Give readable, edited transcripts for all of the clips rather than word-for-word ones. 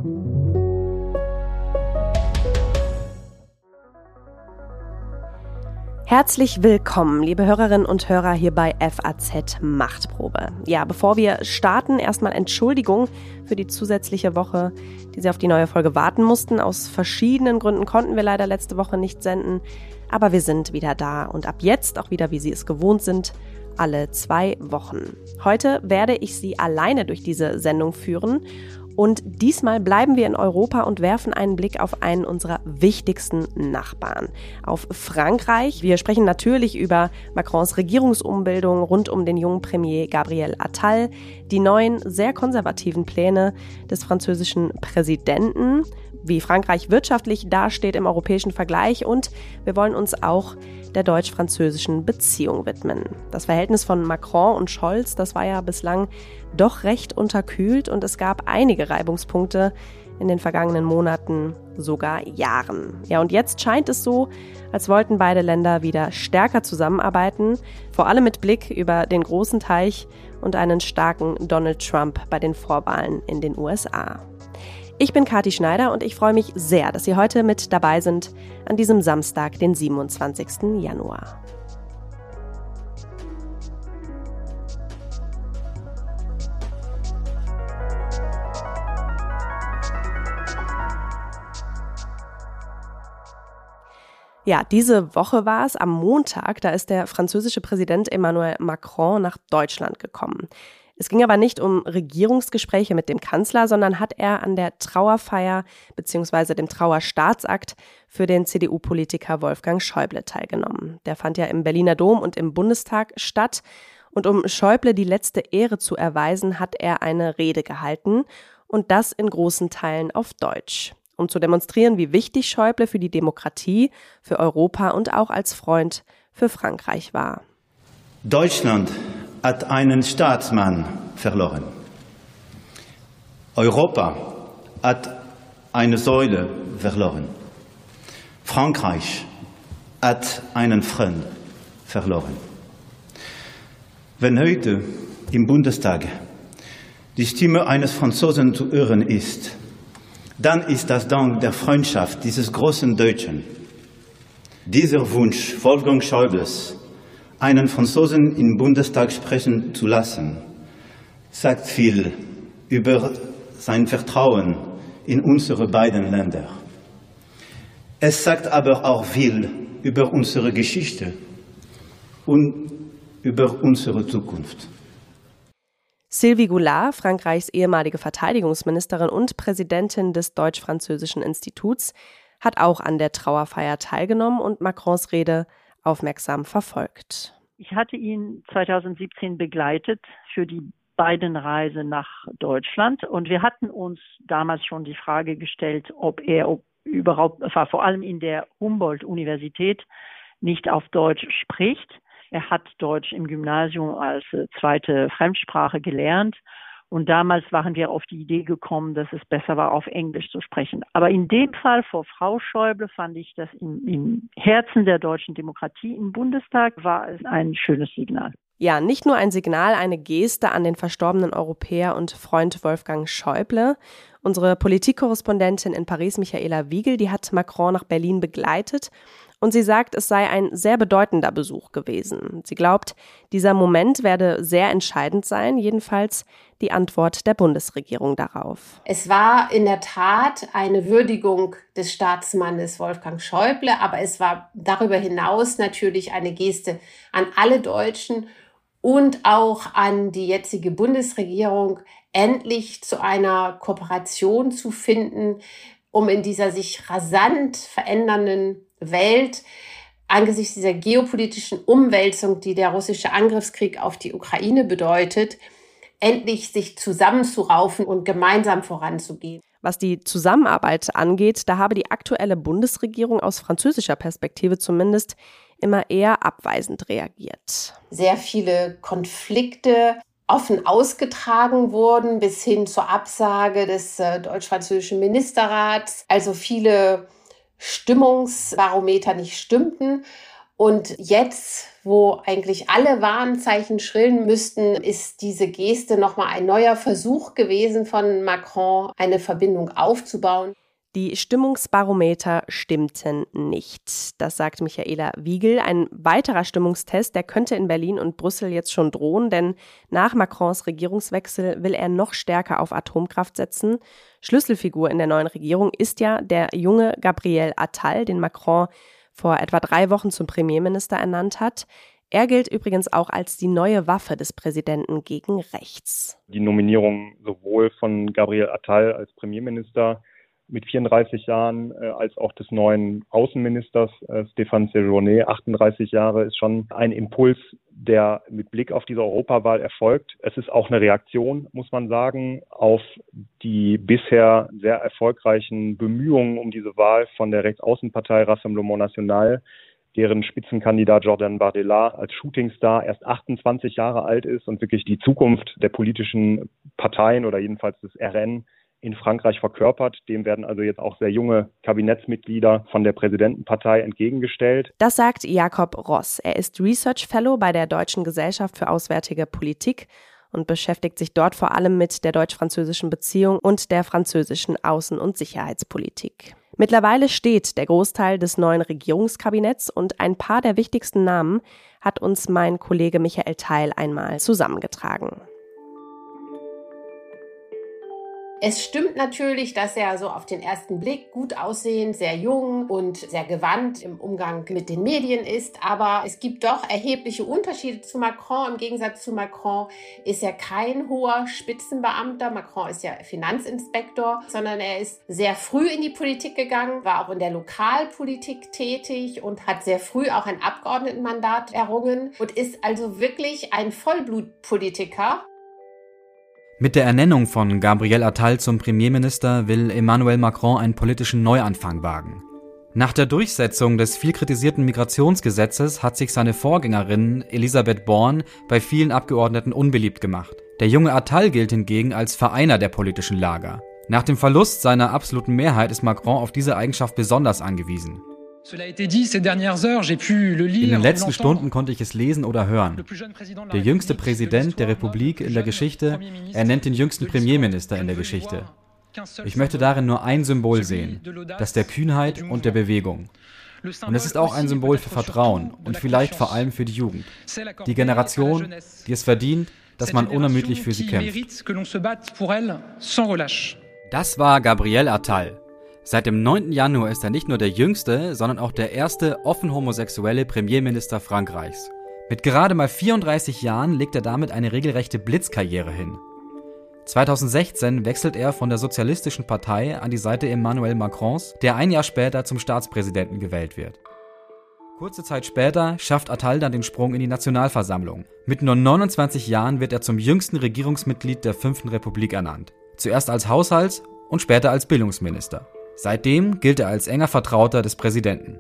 Herzlich willkommen, liebe Hörerinnen und Hörer, hier bei FAZ Machtprobe. Ja, bevor wir starten, erstmal Entschuldigung für die zusätzliche Woche, die Sie auf die neue Folge warten mussten. Aus verschiedenen Gründen konnten wir leider letzte Woche nicht senden, aber wir sind wieder da und ab jetzt auch wieder, wie Sie es gewohnt sind, alle 2 Wochen. Heute werde ich Sie alleine durch diese Sendung führen. Und diesmal bleiben wir in Europa und werfen einen Blick auf einen unserer wichtigsten Nachbarn, auf Frankreich. Wir sprechen natürlich über Macrons Regierungsumbildung rund um den jungen Premier Gabriel Attal, die neuen, sehr konservativen Pläne des französischen Präsidenten, wie Frankreich wirtschaftlich dasteht im europäischen Vergleich und wir wollen uns auch der deutsch-französischen Beziehung widmen. Das Verhältnis von Macron und Scholz, das war ja bislang doch recht unterkühlt und es gab einige Reibungspunkte in den vergangenen Monaten, sogar Jahren. Ja, und jetzt scheint es so, als wollten beide Länder wieder stärker zusammenarbeiten, vor allem mit Blick über den großen Teich und einen starken Donald Trump bei den Vorwahlen in den USA. Ich bin Kathi Schneider und ich freue mich sehr, dass Sie heute mit dabei sind an diesem Samstag, den 27. Januar. Ja, diese Woche war es am Montag, da ist der französische Präsident Emmanuel Macron nach Deutschland gekommen. Es ging aber nicht um Regierungsgespräche mit dem Kanzler, sondern hat er an der Trauerfeier bzw. dem Trauerstaatsakt für den CDU-Politiker Wolfgang Schäuble teilgenommen. Der fand ja im Berliner Dom und im Bundestag statt. Und um Schäuble die letzte Ehre zu erweisen, hat er eine Rede gehalten und das in großen Teilen auf Deutsch, um zu demonstrieren, wie wichtig Schäuble für die Demokratie, für Europa und auch als Freund für Frankreich war. Deutschland hat einen Staatsmann verloren. Europa hat eine Säule verloren. Frankreich hat einen Freund verloren. Wenn heute im Bundestag die Stimme eines Franzosen zu hören ist, dann ist das dank der Freundschaft dieses großen Deutschen. Dieser Wunsch Wolfgang Schäubles, einen Franzosen im Bundestag sprechen zu lassen, sagt viel über sein Vertrauen in unsere beiden Länder. Es sagt aber auch viel über unsere Geschichte und über unsere Zukunft. Sylvie Goulard, Frankreichs ehemalige Verteidigungsministerin und Präsidentin des Deutsch-Französischen Instituts, hat auch an der Trauerfeier teilgenommen und Macrons Rede aufmerksam verfolgt. Ich hatte ihn 2017 begleitet für die Biden-Reise nach Deutschland und wir hatten uns damals schon die Frage gestellt, ob er überhaupt, vor allem in der Humboldt-Universität, nicht auf Deutsch spricht. Er hat Deutsch im Gymnasium als zweite Fremdsprache gelernt. Und damals waren wir auf die Idee gekommen, dass es besser war, auf Englisch zu sprechen. Aber in dem Fall vor Frau Schäuble fand ich, dass im Herzen der deutschen Demokratie im Bundestag war es ein schönes Signal. Ja, nicht nur ein Signal, eine Geste an den verstorbenen Europäer und Freund Wolfgang Schäuble. Unsere Politikkorrespondentin in Paris, Michaela Wiegel, die hat Macron nach Berlin begleitet. Und sie sagt, es sei ein sehr bedeutender Besuch gewesen. Sie glaubt, dieser Moment werde sehr entscheidend sein, jedenfalls die Antwort der Bundesregierung darauf. Es war in der Tat eine Würdigung des Staatsmannes Wolfgang Schäuble, aber es war darüber hinaus natürlich eine Geste an alle Deutschen und auch an die jetzige Bundesregierung, endlich zu einer Kooperation zu finden, um in dieser sich rasant verändernden Welt angesichts dieser geopolitischen Umwälzung, die der russische Angriffskrieg auf die Ukraine bedeutet, endlich sich zusammenzuraufen und gemeinsam voranzugehen. Was die Zusammenarbeit angeht, da habe die aktuelle Bundesregierung aus französischer Perspektive zumindest immer eher abweisend reagiert. Sehr viele Konflikte offen ausgetragen wurden, bis hin zur Absage des deutsch-französischen Ministerrats. Also viele Stimmungsbarometer nicht stimmten. Und jetzt, wo eigentlich alle Warnzeichen schrillen müssten, ist diese Geste nochmal ein neuer Versuch gewesen von Macron, eine Verbindung aufzubauen. Die Stimmungsbarometer stimmten nicht. Das sagt Michaela Wiegel. Ein weiterer Stimmungstest, der könnte in Berlin und Brüssel jetzt schon drohen, denn nach Macrons Regierungswechsel will er noch stärker auf Atomkraft setzen. Schlüsselfigur in der neuen Regierung ist ja der junge Gabriel Attal, den Macron vor etwa 3 Wochen zum Premierminister ernannt hat. Er gilt übrigens auch als die neue Waffe des Präsidenten gegen rechts. Die Nominierung sowohl von Gabriel Attal als Premierminister mit 34 Jahren als auch des neuen Außenministers Stéphane Séjourné, 38 Jahre, ist schon ein Impuls, der mit Blick auf diese Europawahl erfolgt. Es ist auch eine Reaktion, muss man sagen, auf die bisher sehr erfolgreichen Bemühungen um diese Wahl von der Rechtsaußenpartei Rassemblement National, deren Spitzenkandidat Jordan Bardella als Shootingstar erst 28 Jahre alt ist und wirklich die Zukunft der politischen Parteien oder jedenfalls des RN in Frankreich verkörpert. Dem werden also jetzt auch sehr junge Kabinettsmitglieder von der Präsidentenpartei entgegengestellt. Das sagt Jakob Ross. Er ist Research Fellow bei der Deutschen Gesellschaft für Auswärtige Politik und beschäftigt sich dort vor allem mit der deutsch-französischen Beziehung und der französischen Außen- und Sicherheitspolitik. Mittlerweile steht der Großteil des neuen Regierungskabinetts und ein paar der wichtigsten Namen hat uns mein Kollege Michael Theil einmal zusammengetragen. Es stimmt natürlich, dass er so auf den ersten Blick gut aussehend, sehr jung und sehr gewandt im Umgang mit den Medien ist. Aber es gibt doch erhebliche Unterschiede zu Macron. Im Gegensatz zu Macron ist er kein hoher Spitzenbeamter. Macron ist ja Finanzinspektor, sondern er ist sehr früh in die Politik gegangen, war auch in der Lokalpolitik tätig und hat sehr früh auch ein Abgeordnetenmandat errungen und ist also wirklich ein Vollblutpolitiker. Mit der Ernennung von Gabriel Attal zum Premierminister will Emmanuel Macron einen politischen Neuanfang wagen. Nach der Durchsetzung des viel kritisierten Migrationsgesetzes hat sich seine Vorgängerin Elisabeth Borne bei vielen Abgeordneten unbeliebt gemacht. Der junge Attal gilt hingegen als Vereiner der politischen Lager. Nach dem Verlust seiner absoluten Mehrheit ist Macron auf diese Eigenschaft besonders angewiesen. In den letzten Stunden konnte ich es lesen oder hören. Der jüngste Präsident der Republik in der Geschichte ernennt den jüngsten Premierminister in der Geschichte. Ich möchte darin nur ein Symbol sehen, das der Kühnheit und der Bewegung. Und es ist auch ein Symbol für Vertrauen und vielleicht vor allem für die Jugend. Die Generation, die es verdient, dass man unermüdlich für sie kämpft. Das war Gabriel Attal. Seit dem 9. Januar ist er nicht nur der jüngste, sondern auch der erste offen homosexuelle Premierminister Frankreichs. Mit gerade mal 34 Jahren legt er damit eine regelrechte Blitzkarriere hin. 2016 wechselt er von der Sozialistischen Partei an die Seite Emmanuel Macrons, der ein Jahr später zum Staatspräsidenten gewählt wird. Kurze Zeit später schafft Attal dann den Sprung in die Nationalversammlung. Mit nur 29 Jahren wird er zum jüngsten Regierungsmitglied der 5. Republik ernannt. Zuerst als Haushalts- und später als Bildungsminister. Seitdem gilt er als enger Vertrauter des Präsidenten.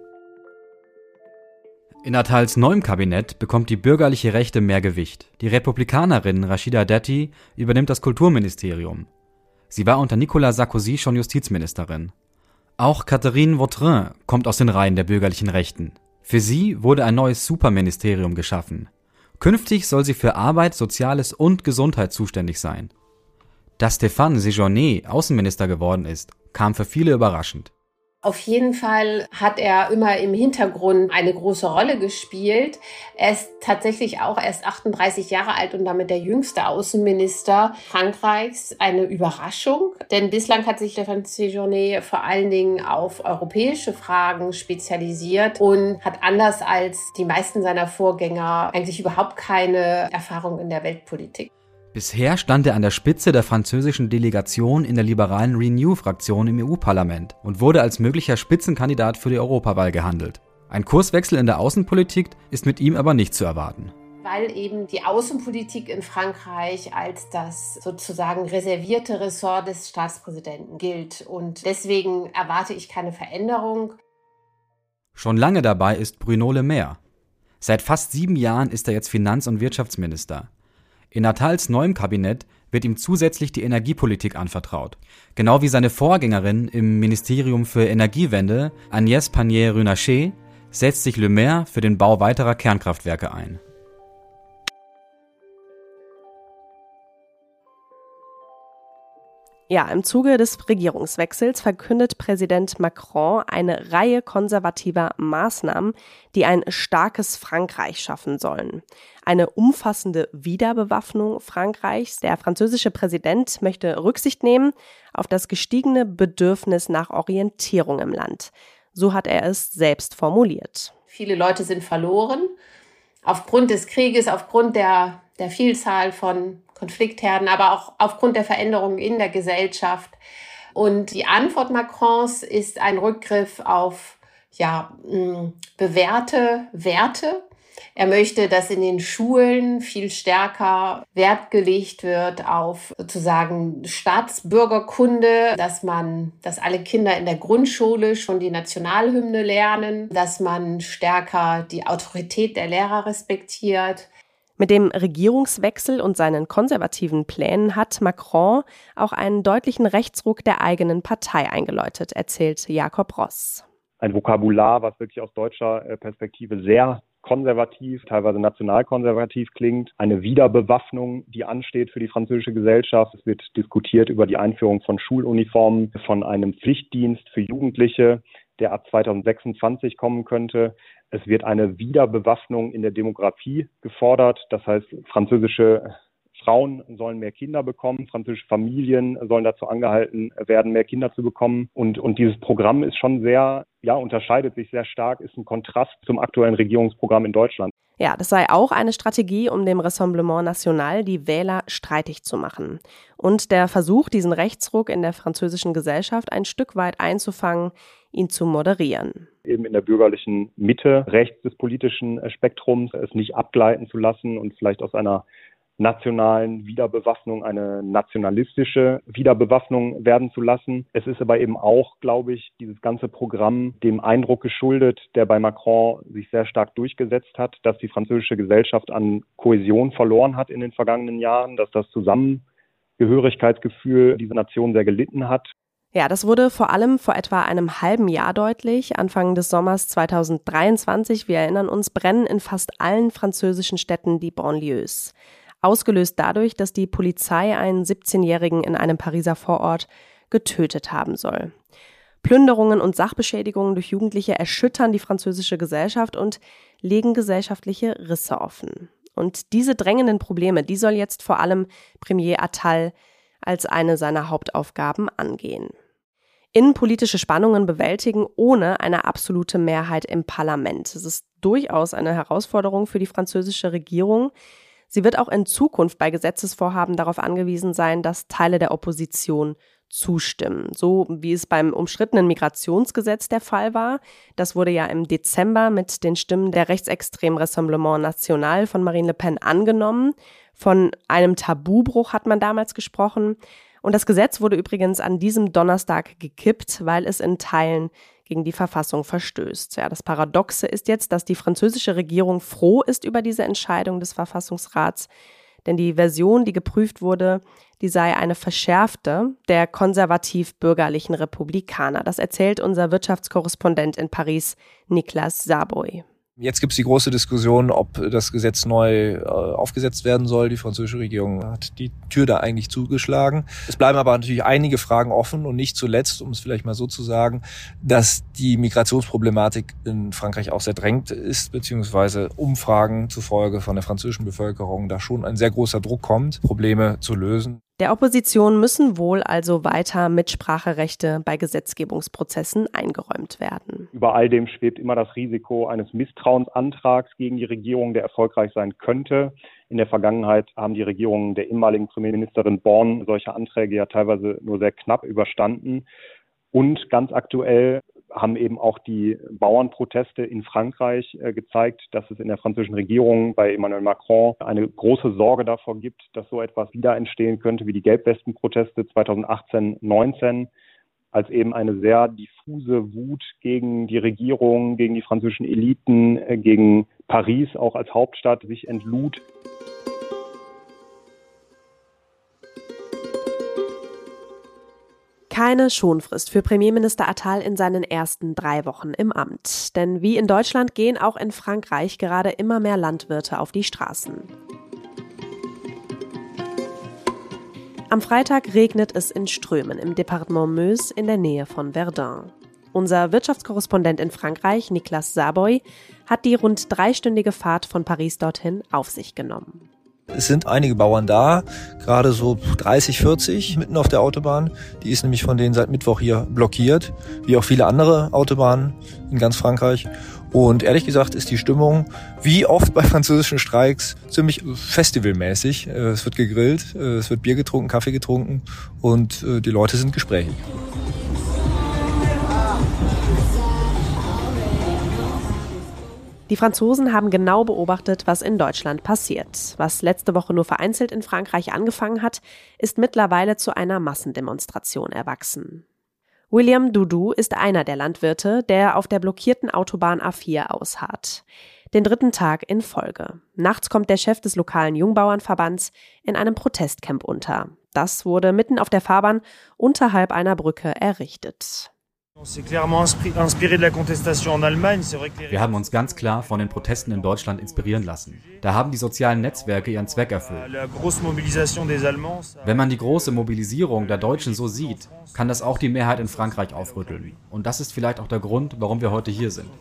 In Attals neuem Kabinett bekommt die bürgerliche Rechte mehr Gewicht. Die Republikanerin Rachida Dati übernimmt das Kulturministerium. Sie war unter Nicolas Sarkozy schon Justizministerin. Auch Catherine Vautrin kommt aus den Reihen der bürgerlichen Rechten. Für sie wurde ein neues Superministerium geschaffen. Künftig soll sie für Arbeit, Soziales und Gesundheit zuständig sein. Dass Stéphane Séjourné Außenminister geworden ist, kam für viele überraschend. Auf jeden Fall hat er immer im Hintergrund eine große Rolle gespielt. Er ist tatsächlich auch erst 38 Jahre alt und damit der jüngste Außenminister Frankreichs. Eine Überraschung, denn bislang hat sich Stéphane Séjourné vor allen Dingen auf europäische Fragen spezialisiert und hat anders als die meisten seiner Vorgänger eigentlich überhaupt keine Erfahrung in der Weltpolitik. Bisher stand er an der Spitze der französischen Delegation in der liberalen Renew-Fraktion im EU-Parlament und wurde als möglicher Spitzenkandidat für die Europawahl gehandelt. Ein Kurswechsel in der Außenpolitik ist mit ihm aber nicht zu erwarten. Weil eben die Außenpolitik in Frankreich als das sozusagen reservierte Ressort des Staatspräsidenten gilt. Und deswegen erwarte ich keine Veränderung. Schon lange dabei ist Bruno Le Maire. Seit fast 7 Jahren ist er jetzt Finanz- und Wirtschaftsminister. In Attals neuem Kabinett wird ihm zusätzlich die Energiepolitik anvertraut. Genau wie seine Vorgängerin im Ministerium für Energiewende, Agnès Pannier-Runacher, setzt sich Le Maire für den Bau weiterer Kernkraftwerke ein. Ja, im Zuge des Regierungswechsels verkündet Präsident Macron eine Reihe konservativer Maßnahmen, die ein starkes Frankreich schaffen sollen. Eine umfassende Wiederbewaffnung Frankreichs. Der französische Präsident möchte Rücksicht nehmen auf das gestiegene Bedürfnis nach Orientierung im Land. So hat er es selbst formuliert. Viele Leute sind verloren aufgrund des Krieges, aufgrund der Vielzahl von Konfliktherden, aber auch aufgrund der Veränderungen in der Gesellschaft. Und die Antwort Macrons ist ein Rückgriff auf bewährte Werte. Er möchte, dass in den Schulen viel stärker Wert gelegt wird auf sozusagen Staatsbürgerkunde, dass alle Kinder in der Grundschule schon die Nationalhymne lernen, dass man stärker die Autorität der Lehrer respektiert. Mit dem Regierungswechsel und seinen konservativen Plänen hat Macron auch einen deutlichen Rechtsruck der eigenen Partei eingeläutet, erzählt Jakob Ross. Ein Vokabular, was wirklich aus deutscher Perspektive sehr konservativ, teilweise nationalkonservativ klingt. Eine Wiederbewaffnung, die ansteht für die französische Gesellschaft. Es wird diskutiert über die Einführung von Schuluniformen, von einem Pflichtdienst für Jugendliche, der ab 2026 kommen könnte. Es wird eine Wiederbewaffnung in der Demografie gefordert. Das heißt, französische Frauen sollen mehr Kinder bekommen, französische Familien sollen dazu angehalten werden, mehr Kinder zu bekommen. Und dieses Programm ist schon unterscheidet sich sehr stark, ist ein Kontrast zum aktuellen Regierungsprogramm in Deutschland. Ja, das sei auch eine Strategie, um dem Rassemblement National die Wähler streitig zu machen. Und der Versuch, diesen Rechtsruck in der französischen Gesellschaft ein Stück weit einzufangen, ihn zu moderieren. Eben in der bürgerlichen Mitte, rechts des politischen Spektrums, es nicht abgleiten zu lassen und vielleicht aus einer nationalen Wiederbewaffnung eine nationalistische Wiederbewaffnung werden zu lassen. Es ist aber eben auch, glaube ich, dieses ganze Programm dem Eindruck geschuldet, der bei Macron sich sehr stark durchgesetzt hat, dass die französische Gesellschaft an Kohäsion verloren hat in den vergangenen Jahren, dass das Zusammengehörigkeitsgefühl dieser Nation sehr gelitten hat. Ja, das wurde vor allem vor etwa einem halben Jahr deutlich. Anfang des Sommers 2023, wir erinnern uns, brennen in fast allen französischen Städten die Banlieues. Ausgelöst dadurch, dass die Polizei einen 17-Jährigen in einem Pariser Vorort getötet haben soll. Plünderungen und Sachbeschädigungen durch Jugendliche erschüttern die französische Gesellschaft und legen gesellschaftliche Risse offen. Und diese drängenden Probleme, die soll jetzt vor allem Premier Attal als eine seiner Hauptaufgaben angehen. Innenpolitische Spannungen bewältigen ohne eine absolute Mehrheit im Parlament. Das ist durchaus eine Herausforderung für die französische Regierung. Sie wird auch in Zukunft bei Gesetzesvorhaben darauf angewiesen sein, dass Teile der Opposition zustimmen. So wie es beim umstrittenen Migrationsgesetz der Fall war. Das wurde ja im Dezember mit den Stimmen der rechtsextremen Rassemblement National von Marine Le Pen angenommen. Von einem Tabubruch hat man damals gesprochen. Und das Gesetz wurde übrigens an diesem Donnerstag gekippt, weil es in Teilen gegen die Verfassung verstößt. Ja, das Paradoxe ist jetzt, dass die französische Regierung froh ist über diese Entscheidung des Verfassungsrats, denn die Version, die geprüft wurde, die sei eine verschärfte der konservativ-bürgerlichen Republikaner. Das erzählt unser Wirtschaftskorrespondent in Paris, Niklas Saboy. Jetzt gibt es die große Diskussion, ob das Gesetz neu aufgesetzt werden soll. Die französische Regierung hat die Tür da eigentlich zugeschlagen. Es bleiben aber natürlich einige Fragen offen und nicht zuletzt, um es vielleicht mal so zu sagen, dass die Migrationsproblematik in Frankreich auch sehr drängend ist, beziehungsweise Umfragen zufolge von der französischen Bevölkerung da schon ein sehr großer Druck kommt, Probleme zu lösen. Der Opposition müssen wohl also weiter Mitspracherechte bei Gesetzgebungsprozessen eingeräumt werden. Über all dem schwebt immer das Risiko eines Misstrauensantrags gegen die Regierung, der erfolgreich sein könnte. In der Vergangenheit haben die Regierungen der ehemaligen Premierministerin Born solche Anträge ja teilweise nur sehr knapp überstanden. Und ganz aktuell haben eben auch die Bauernproteste in Frankreich gezeigt, dass es in der französischen Regierung bei Emmanuel Macron eine große Sorge davor gibt, dass so etwas wieder entstehen könnte wie die Gelbwestenproteste 2018-19, als eben eine sehr diffuse Wut gegen die Regierung, gegen die französischen Eliten, gegen Paris auch als Hauptstadt sich entlud. Keine Schonfrist für Premierminister Attal in seinen ersten 3 Wochen im Amt. Denn wie in Deutschland gehen auch in Frankreich gerade immer mehr Landwirte auf die Straßen. Am Freitag regnet es in Strömen im Departement Meuse in der Nähe von Verdun. Unser Wirtschaftskorrespondent in Frankreich, Niklas Saboy, hat die rund 3-stündige Fahrt von Paris dorthin auf sich genommen. Es sind einige Bauern da, gerade so 30, 40 mitten auf der Autobahn. Die ist nämlich von denen seit Mittwoch hier blockiert, wie auch viele andere Autobahnen in ganz Frankreich. Und ehrlich gesagt ist die Stimmung, wie oft bei französischen Streiks, ziemlich festivalmäßig. Es wird gegrillt, es wird Bier getrunken, Kaffee getrunken und die Leute sind gesprächig. Die Franzosen haben genau beobachtet, was in Deutschland passiert. Was letzte Woche nur vereinzelt in Frankreich angefangen hat, ist mittlerweile zu einer Massendemonstration erwachsen. William Doudou ist einer der Landwirte, der auf der blockierten Autobahn A4 ausharrt. Den 3. Tag in Folge. Nachts kommt der Chef des lokalen Jungbauernverbands in einem Protestcamp unter. Das wurde mitten auf der Fahrbahn unterhalb einer Brücke errichtet. Wir haben uns ganz klar von den Protesten in Deutschland inspirieren lassen. Da haben die sozialen Netzwerke ihren Zweck erfüllt. Wenn man die große Mobilisierung der Deutschen so sieht, kann das auch die Mehrheit in Frankreich aufrütteln. Und das ist vielleicht auch der Grund, warum wir heute hier sind.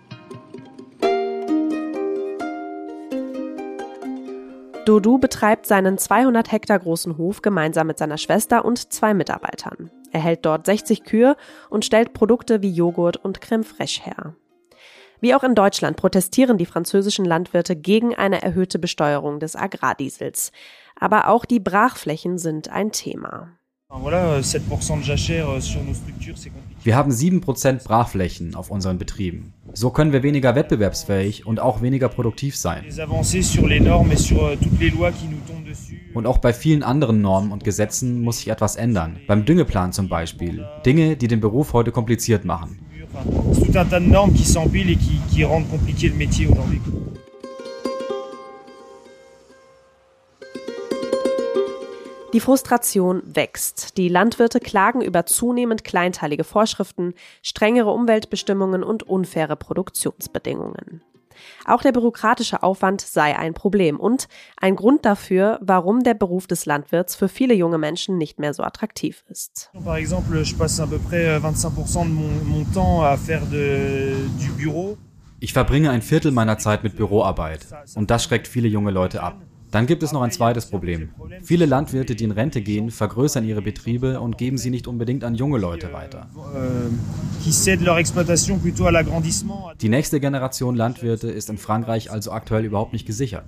Doudou betreibt seinen 200 Hektar großen Hof gemeinsam mit seiner Schwester und 2 Mitarbeitern. Er hält dort 60 Kühe und stellt Produkte wie Joghurt und Crème fraîche her. Wie auch in Deutschland protestieren die französischen Landwirte gegen eine erhöhte Besteuerung des Agrardiesels. Aber auch die Brachflächen sind ein Thema. Wir haben 7% Brachflächen auf unseren Betrieben. So können wir weniger wettbewerbsfähig und auch weniger produktiv sein. Und auch bei vielen anderen Normen und Gesetzen muss sich etwas ändern. Beim Düngeplan zum Beispiel. Dinge, die den Beruf heute kompliziert machen. Die Frustration wächst. Die Landwirte klagen über zunehmend kleinteilige Vorschriften, strengere Umweltbestimmungen und unfaire Produktionsbedingungen. Auch der bürokratische Aufwand sei ein Problem und ein Grund dafür, warum der Beruf des Landwirts für viele junge Menschen nicht mehr so attraktiv ist. Ich verbringe ein Viertel meiner Zeit mit Büroarbeit und das schreckt viele junge Leute ab. Dann gibt es noch ein zweites Problem. Viele Landwirte, die in Rente gehen, vergrößern ihre Betriebe und geben sie nicht unbedingt an junge Leute weiter. Die nächste Generation Landwirte ist in Frankreich also aktuell überhaupt nicht gesichert.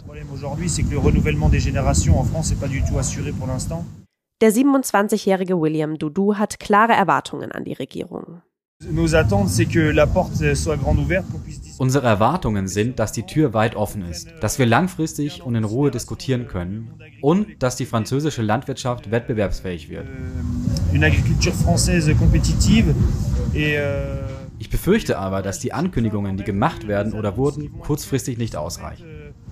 Der 27-jährige William Doudou hat klare Erwartungen an die Regierung. Unsere Erwartungen sind, dass die Tür weit offen ist, dass wir langfristig und in Ruhe diskutieren können und dass die französische Landwirtschaft wettbewerbsfähig wird. Ich befürchte aber, dass die Ankündigungen, die gemacht werden oder wurden, kurzfristig nicht ausreichen.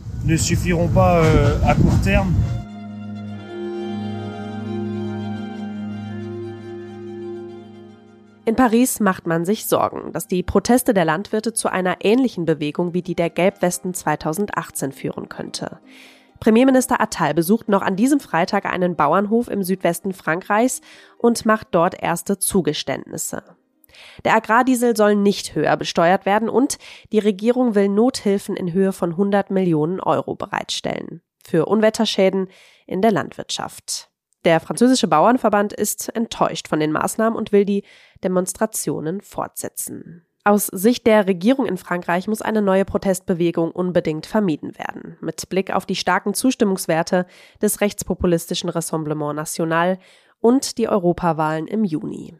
In Paris macht man sich Sorgen, dass die Proteste der Landwirte zu einer ähnlichen Bewegung wie die der Gelbwesten 2018 führen könnte. Premierminister Attal besucht noch an diesem Freitag einen Bauernhof im Südwesten Frankreichs und macht dort erste Zugeständnisse. Der Agrardiesel soll nicht höher besteuert werden und die Regierung will Nothilfen in Höhe von 100 Millionen Euro bereitstellen. Für Unwetterschäden in der Landwirtschaft. Der französische Bauernverband ist enttäuscht von den Maßnahmen und will die Demonstrationen fortsetzen. Aus Sicht der Regierung in Frankreich muss eine neue Protestbewegung unbedingt vermieden werden. Mit Blick auf die starken Zustimmungswerte des rechtspopulistischen Rassemblement National und die Europawahlen im Juni.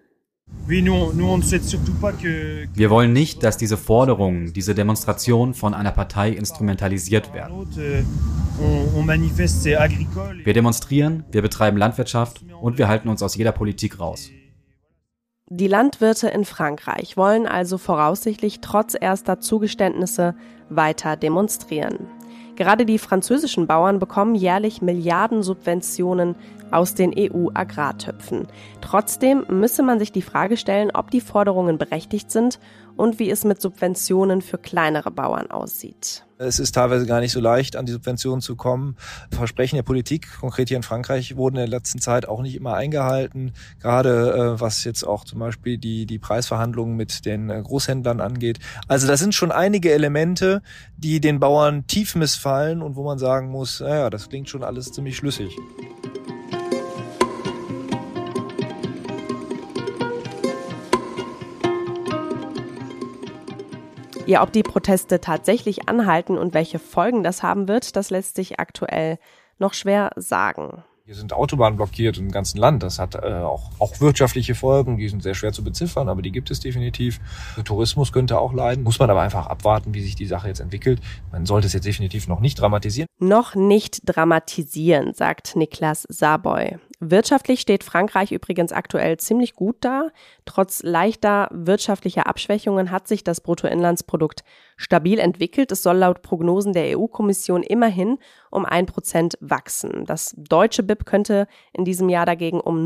Wir wollen nicht, dass diese Forderungen, diese Demonstrationen von einer Partei instrumentalisiert werden. Wir demonstrieren, wir betreiben Landwirtschaft und wir halten uns aus jeder Politik raus. Die Landwirte in Frankreich wollen also voraussichtlich trotz erster Zugeständnisse weiter demonstrieren. Gerade die französischen Bauern bekommen jährlich Milliardensubventionen aus den EU-Agrartöpfen. Trotzdem müsse man sich die Frage stellen, ob die Forderungen berechtigt sind und wie es mit Subventionen für kleinere Bauern aussieht. Es ist teilweise gar nicht so leicht, an die Subventionen zu kommen. Versprechen der Politik, konkret hier in Frankreich, wurden in der letzten Zeit auch nicht immer eingehalten. Gerade was jetzt auch zum Beispiel die Preisverhandlungen mit den Großhändlern angeht. Also da sind schon einige Elemente, die den Bauern tief missfallen und wo man sagen muss, naja, das klingt schon alles ziemlich schlüssig. Ja, ob die Proteste tatsächlich anhalten und welche Folgen das haben wird, das lässt sich aktuell noch schwer sagen. Hier sind Autobahnen blockiert im ganzen Land. Das hat auch wirtschaftliche Folgen, die sind sehr schwer zu beziffern, aber die gibt es definitiv. Der Tourismus könnte auch leiden. Muss man aber einfach abwarten, wie sich die Sache jetzt entwickelt. Man sollte es jetzt definitiv noch nicht dramatisieren. Noch nicht dramatisieren, sagt Niklas Saarboy. Wirtschaftlich steht Frankreich übrigens aktuell ziemlich gut da. Trotz leichter wirtschaftlicher Abschwächungen hat sich das Bruttoinlandsprodukt stabil entwickelt. Es soll laut Prognosen der EU-Kommission immerhin um 1% wachsen. Das deutsche BIP könnte in diesem Jahr dagegen um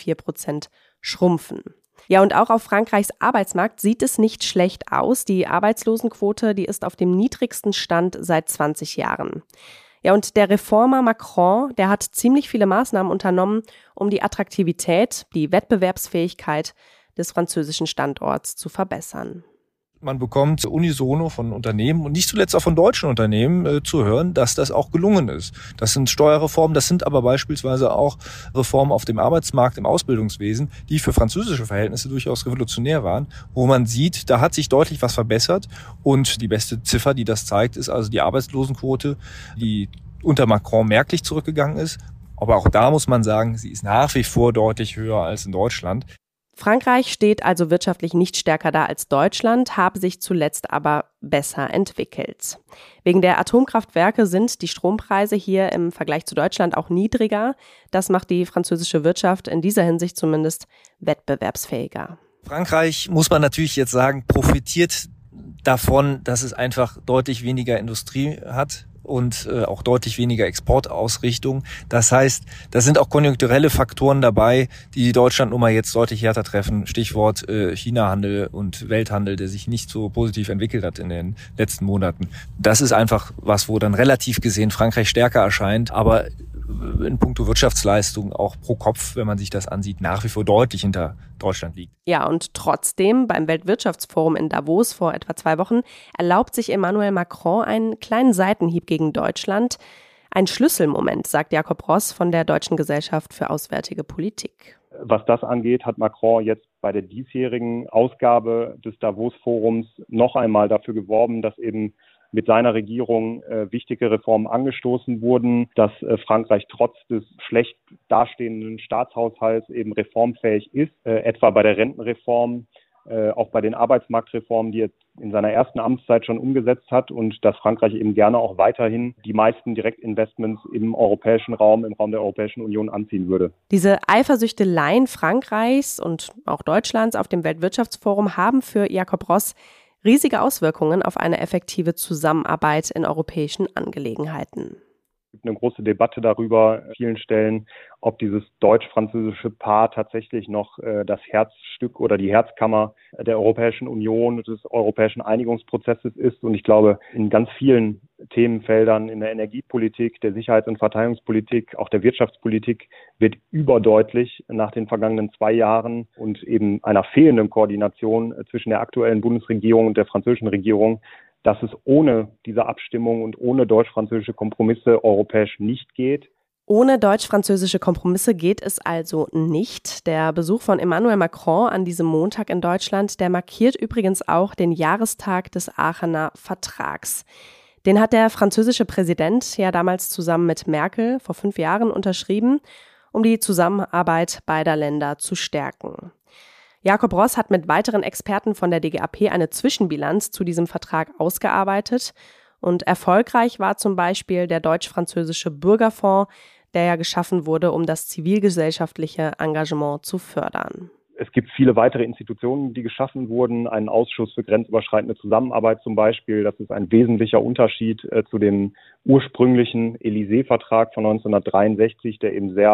0,4% schrumpfen. Ja, und auch auf Frankreichs Arbeitsmarkt sieht es nicht schlecht aus. Die Arbeitslosenquote, die ist auf dem niedrigsten Stand seit 20 Jahren. Ja, und der Reformer Macron, der hat ziemlich viele Maßnahmen unternommen, um die Attraktivität, die Wettbewerbsfähigkeit des französischen Standorts zu verbessern. Man bekommt unisono von Unternehmen und nicht zuletzt auch von deutschen Unternehmen zu hören, dass das auch gelungen ist. Das sind Steuerreformen, das sind aber beispielsweise auch Reformen auf dem Arbeitsmarkt, im Ausbildungswesen, die für französische Verhältnisse durchaus revolutionär waren, wo man sieht, da hat sich deutlich was verbessert und die beste Ziffer, die das zeigt, ist also die Arbeitslosenquote, die unter Macron merklich zurückgegangen ist. Aber auch da muss man sagen, sie ist nach wie vor deutlich höher als in Deutschland. Frankreich steht also wirtschaftlich nicht stärker da als Deutschland, habe sich zuletzt aber besser entwickelt. Wegen der Atomkraftwerke sind die Strompreise hier im Vergleich zu Deutschland auch niedriger. Das macht die französische Wirtschaft in dieser Hinsicht zumindest wettbewerbsfähiger. Frankreich, muss man natürlich jetzt sagen, profitiert davon, dass es einfach deutlich weniger Industrie hat und auch deutlich weniger Exportausrichtung. Das heißt, da sind auch konjunkturelle Faktoren dabei, die Deutschland nun mal jetzt deutlich härter treffen. Stichwort China-Handel und Welthandel, der sich nicht so positiv entwickelt hat in den letzten Monaten. Das ist einfach was, wo dann relativ gesehen Frankreich stärker erscheint, aber in puncto Wirtschaftsleistung auch pro Kopf, wenn man sich das ansieht, nach wie vor deutlich hinter Deutschland liegt. Ja, und trotzdem, beim Weltwirtschaftsforum in Davos vor etwa 2 Wochen, erlaubt sich Emmanuel Macron einen kleinen Seitenhieb gegen Deutschland. Ein Schlüsselmoment, sagt Jakob Ross von der Deutschen Gesellschaft für Auswärtige Politik. Was das angeht, hat Macron jetzt bei der diesjährigen Ausgabe des Davos-Forums noch einmal dafür geworben, dass eben mit seiner Regierung wichtige Reformen angestoßen wurden, dass Frankreich trotz des schlecht dastehenden Staatshaushalts eben reformfähig ist, etwa bei der Rentenreform, auch bei den Arbeitsmarktreformen, die er in seiner ersten Amtszeit schon umgesetzt hat und dass Frankreich eben gerne auch weiterhin die meisten Direktinvestments im europäischen Raum, im Raum der Europäischen Union anziehen würde. Diese Eifersüchteleien Frankreichs und auch Deutschlands auf dem Weltwirtschaftsforum haben für Jakob Ross riesige Auswirkungen auf eine effektive Zusammenarbeit in europäischen Angelegenheiten. Es gibt eine große Debatte darüber an vielen Stellen, ob dieses deutsch-französische Paar tatsächlich noch das Herzstück oder die Herzkammer der Europäischen Union, des europäischen Einigungsprozesses ist. Und ich glaube, in ganz vielen Themenfeldern, in der Energiepolitik, der Sicherheits- und Verteidigungspolitik, auch der Wirtschaftspolitik, wird überdeutlich nach den vergangenen 2 Jahren und eben einer fehlenden Koordination zwischen der aktuellen Bundesregierung und der französischen Regierung, dass es ohne diese Abstimmung und ohne deutsch-französische Kompromisse europäisch nicht geht. Ohne deutsch-französische Kompromisse geht es also nicht. Der Besuch von Emmanuel Macron an diesem Montag in Deutschland, der markiert übrigens auch den Jahrestag des Aachener Vertrags. Den hat der französische Präsident ja damals zusammen mit Merkel vor 5 Jahren unterschrieben, um die Zusammenarbeit beider Länder zu stärken. Jakob Ross hat mit weiteren Experten von der DGAP eine Zwischenbilanz zu diesem Vertrag ausgearbeitet. Und erfolgreich war zum Beispiel der deutsch-französische Bürgerfonds, der ja geschaffen wurde, um das zivilgesellschaftliche Engagement zu fördern. Es gibt viele weitere Institutionen, die geschaffen wurden. Einen Ausschuss für grenzüberschreitende Zusammenarbeit zum Beispiel. Das ist ein wesentlicher Unterschied zu dem ursprünglichen Élysée-Vertrag von 1963, der eben sehr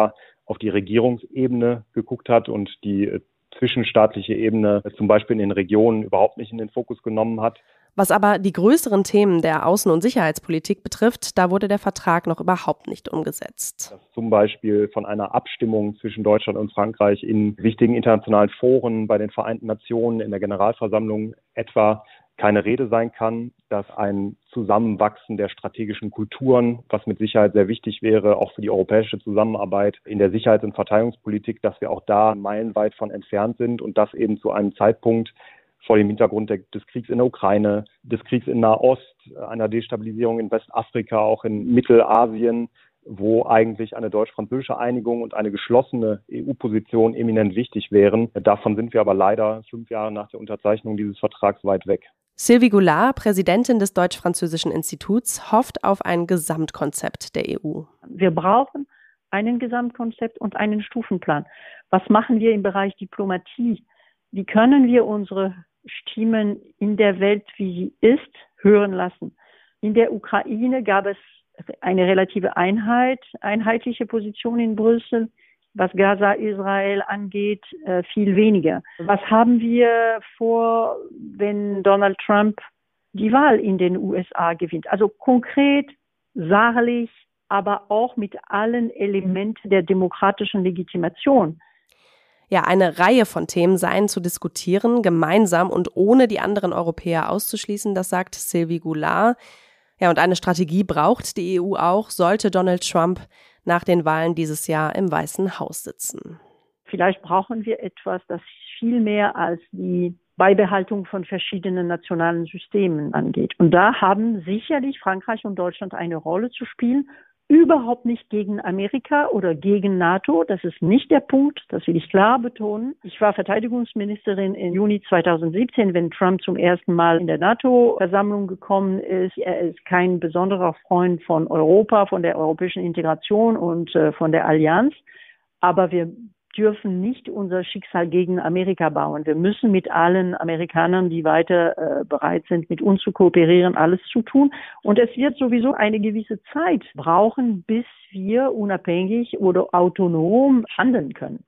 auf die Regierungsebene geguckt hat und die zwischenstaatliche Ebene zum Beispiel in den Regionen überhaupt nicht in den Fokus genommen hat. Was aber die größeren Themen der Außen- und Sicherheitspolitik betrifft, da wurde der Vertrag noch überhaupt nicht umgesetzt. Dass zum Beispiel von einer Abstimmung zwischen Deutschland und Frankreich in wichtigen internationalen Foren, bei den Vereinten Nationen, in der Generalversammlung etwa keine Rede sein kann, dass ein Zusammenwachsen der strategischen Kulturen, was mit Sicherheit sehr wichtig wäre, auch für die europäische Zusammenarbeit in der Sicherheits- und Verteidigungspolitik, dass wir auch da meilenweit von entfernt sind und das eben zu einem Zeitpunkt vor dem Hintergrund des Kriegs in der Ukraine, des Kriegs in Nahost, einer Destabilisierung in Westafrika, auch in Mittelasien, wo eigentlich eine deutsch-französische Einigung und eine geschlossene EU-Position eminent wichtig wären. Davon sind wir aber leider 5 Jahre nach der Unterzeichnung dieses Vertrags weit weg. Sylvie Goulard, Präsidentin des Deutsch-Französischen Instituts, hofft auf ein Gesamtkonzept der EU. Wir brauchen einen Gesamtkonzept und einen Stufenplan. Was machen wir im Bereich Diplomatie? Wie können wir unsere Stimmen in der Welt, wie sie ist, hören lassen? In der Ukraine gab es eine relative einheitliche Position in Brüssel. Was Gaza, Israel angeht, viel weniger. Was haben wir vor, wenn Donald Trump die Wahl in den USA gewinnt? Also konkret, sachlich, aber auch mit allen Elementen der demokratischen Legitimation. Ja, eine Reihe von Themen seien zu diskutieren, gemeinsam und ohne die anderen Europäer auszuschließen, das sagt Sylvie Goulard. Ja, und eine Strategie braucht die EU auch, sollte Donald Trump nach den Wahlen dieses Jahr im Weißen Haus sitzen. Vielleicht brauchen wir etwas, das viel mehr als die Beibehaltung von verschiedenen nationalen Systemen angeht. Und da haben sicherlich Frankreich und Deutschland eine Rolle zu spielen. Überhaupt nicht gegen Amerika oder gegen NATO. Das ist nicht der Punkt. Das will ich klar betonen. Ich war Verteidigungsministerin im Juni 2017, wenn Trump zum ersten Mal in der NATO-Versammlung gekommen ist. Er ist kein besonderer Freund von Europa, von der europäischen Integration und von der Allianz. Aber wir dürfen nicht unser Schicksal gegen Amerika bauen. Wir müssen mit allen Amerikanern, die weiter bereit sind, mit uns zu kooperieren, alles zu tun. Und es wird sowieso eine gewisse Zeit brauchen, bis wir unabhängig oder autonom handeln können.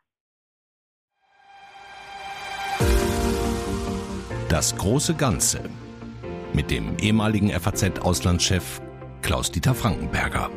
Das große Ganze mit dem ehemaligen FAZ-Auslandschef Klaus-Dieter Frankenberger.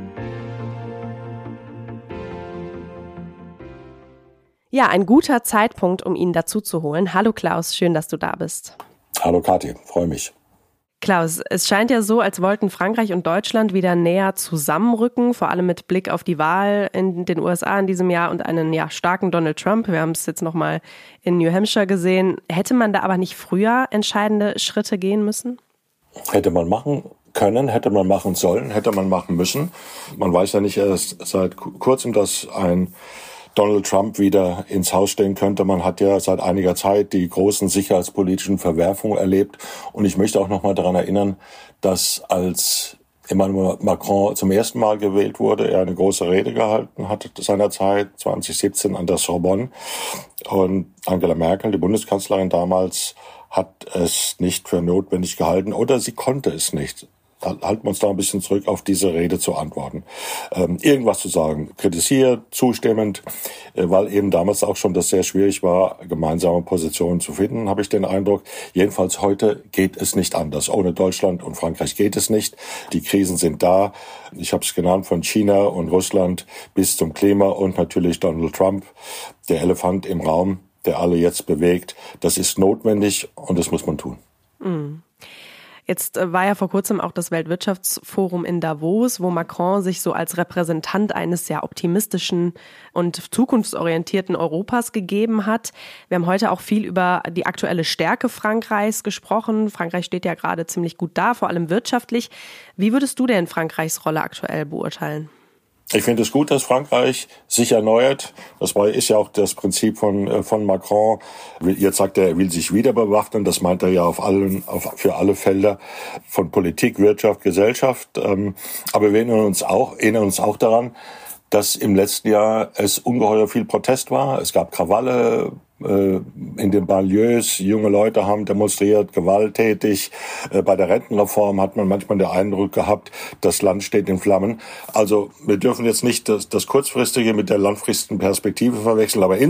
Ja, ein guter Zeitpunkt, um ihn dazu zu holen. Hallo Klaus, schön, dass du da bist. Hallo Kathi, freue mich. Klaus, es scheint ja so, als wollten Frankreich und Deutschland wieder näher zusammenrücken, vor allem mit Blick auf die Wahl in den USA in diesem Jahr und einen starken Donald Trump. Wir haben es jetzt nochmal in New Hampshire gesehen. Hätte man da aber nicht früher entscheidende Schritte gehen müssen? Hätte man machen können, hätte man machen sollen, hätte man machen müssen. Man weiß ja nicht erst seit kurzem, dass ein Donald Trump wieder ins Haus stehen könnte. Man hat ja seit einiger Zeit die großen sicherheitspolitischen Verwerfungen erlebt. Und ich möchte auch noch mal daran erinnern, dass als Emmanuel Macron zum ersten Mal gewählt wurde, er eine große Rede gehalten hat seinerzeit, 2017 an der Sorbonne. Und Angela Merkel, die Bundeskanzlerin damals, hat es nicht für notwendig gehalten oder sie konnte es nicht. Halten wir uns da ein bisschen zurück, auf diese Rede zu antworten. Irgendwas zu sagen, kritisiert, zustimmend, weil eben damals auch schon das sehr schwierig war, gemeinsame Positionen zu finden, habe ich den Eindruck. Jedenfalls heute geht es nicht anders. Ohne Deutschland und Frankreich geht es nicht. Die Krisen sind da. Ich habe es genannt, von China und Russland bis zum Klima und natürlich Donald Trump, der Elefant im Raum, der alle jetzt bewegt. Das ist notwendig und das muss man tun. Mhm. Jetzt war ja vor kurzem auch das Weltwirtschaftsforum in Davos, wo Macron sich so als Repräsentant eines sehr optimistischen und zukunftsorientierten Europas gegeben hat. Wir haben heute auch viel über die aktuelle Stärke Frankreichs gesprochen. Frankreich steht ja gerade ziemlich gut da, vor allem wirtschaftlich. Wie würdest du denn Frankreichs Rolle aktuell beurteilen? Ich finde es gut, dass Frankreich sich erneuert. Das ist ja auch das Prinzip von Macron. Jetzt sagt er will sich wieder bewaffnen. Das meint er ja für alle Felder von Politik, Wirtschaft, Gesellschaft. Aber wir erinnern uns auch daran, dass im letzten Jahr es ungeheuer viel Protest war. Es gab Krawalle, in den Banlieues, junge Leute haben demonstriert, gewalttätig. Bei der Rentenreform hat man manchmal den Eindruck gehabt, das Land steht in Flammen. Also wir dürfen jetzt nicht das Kurzfristige mit der langfristigen Perspektive verwechseln, aber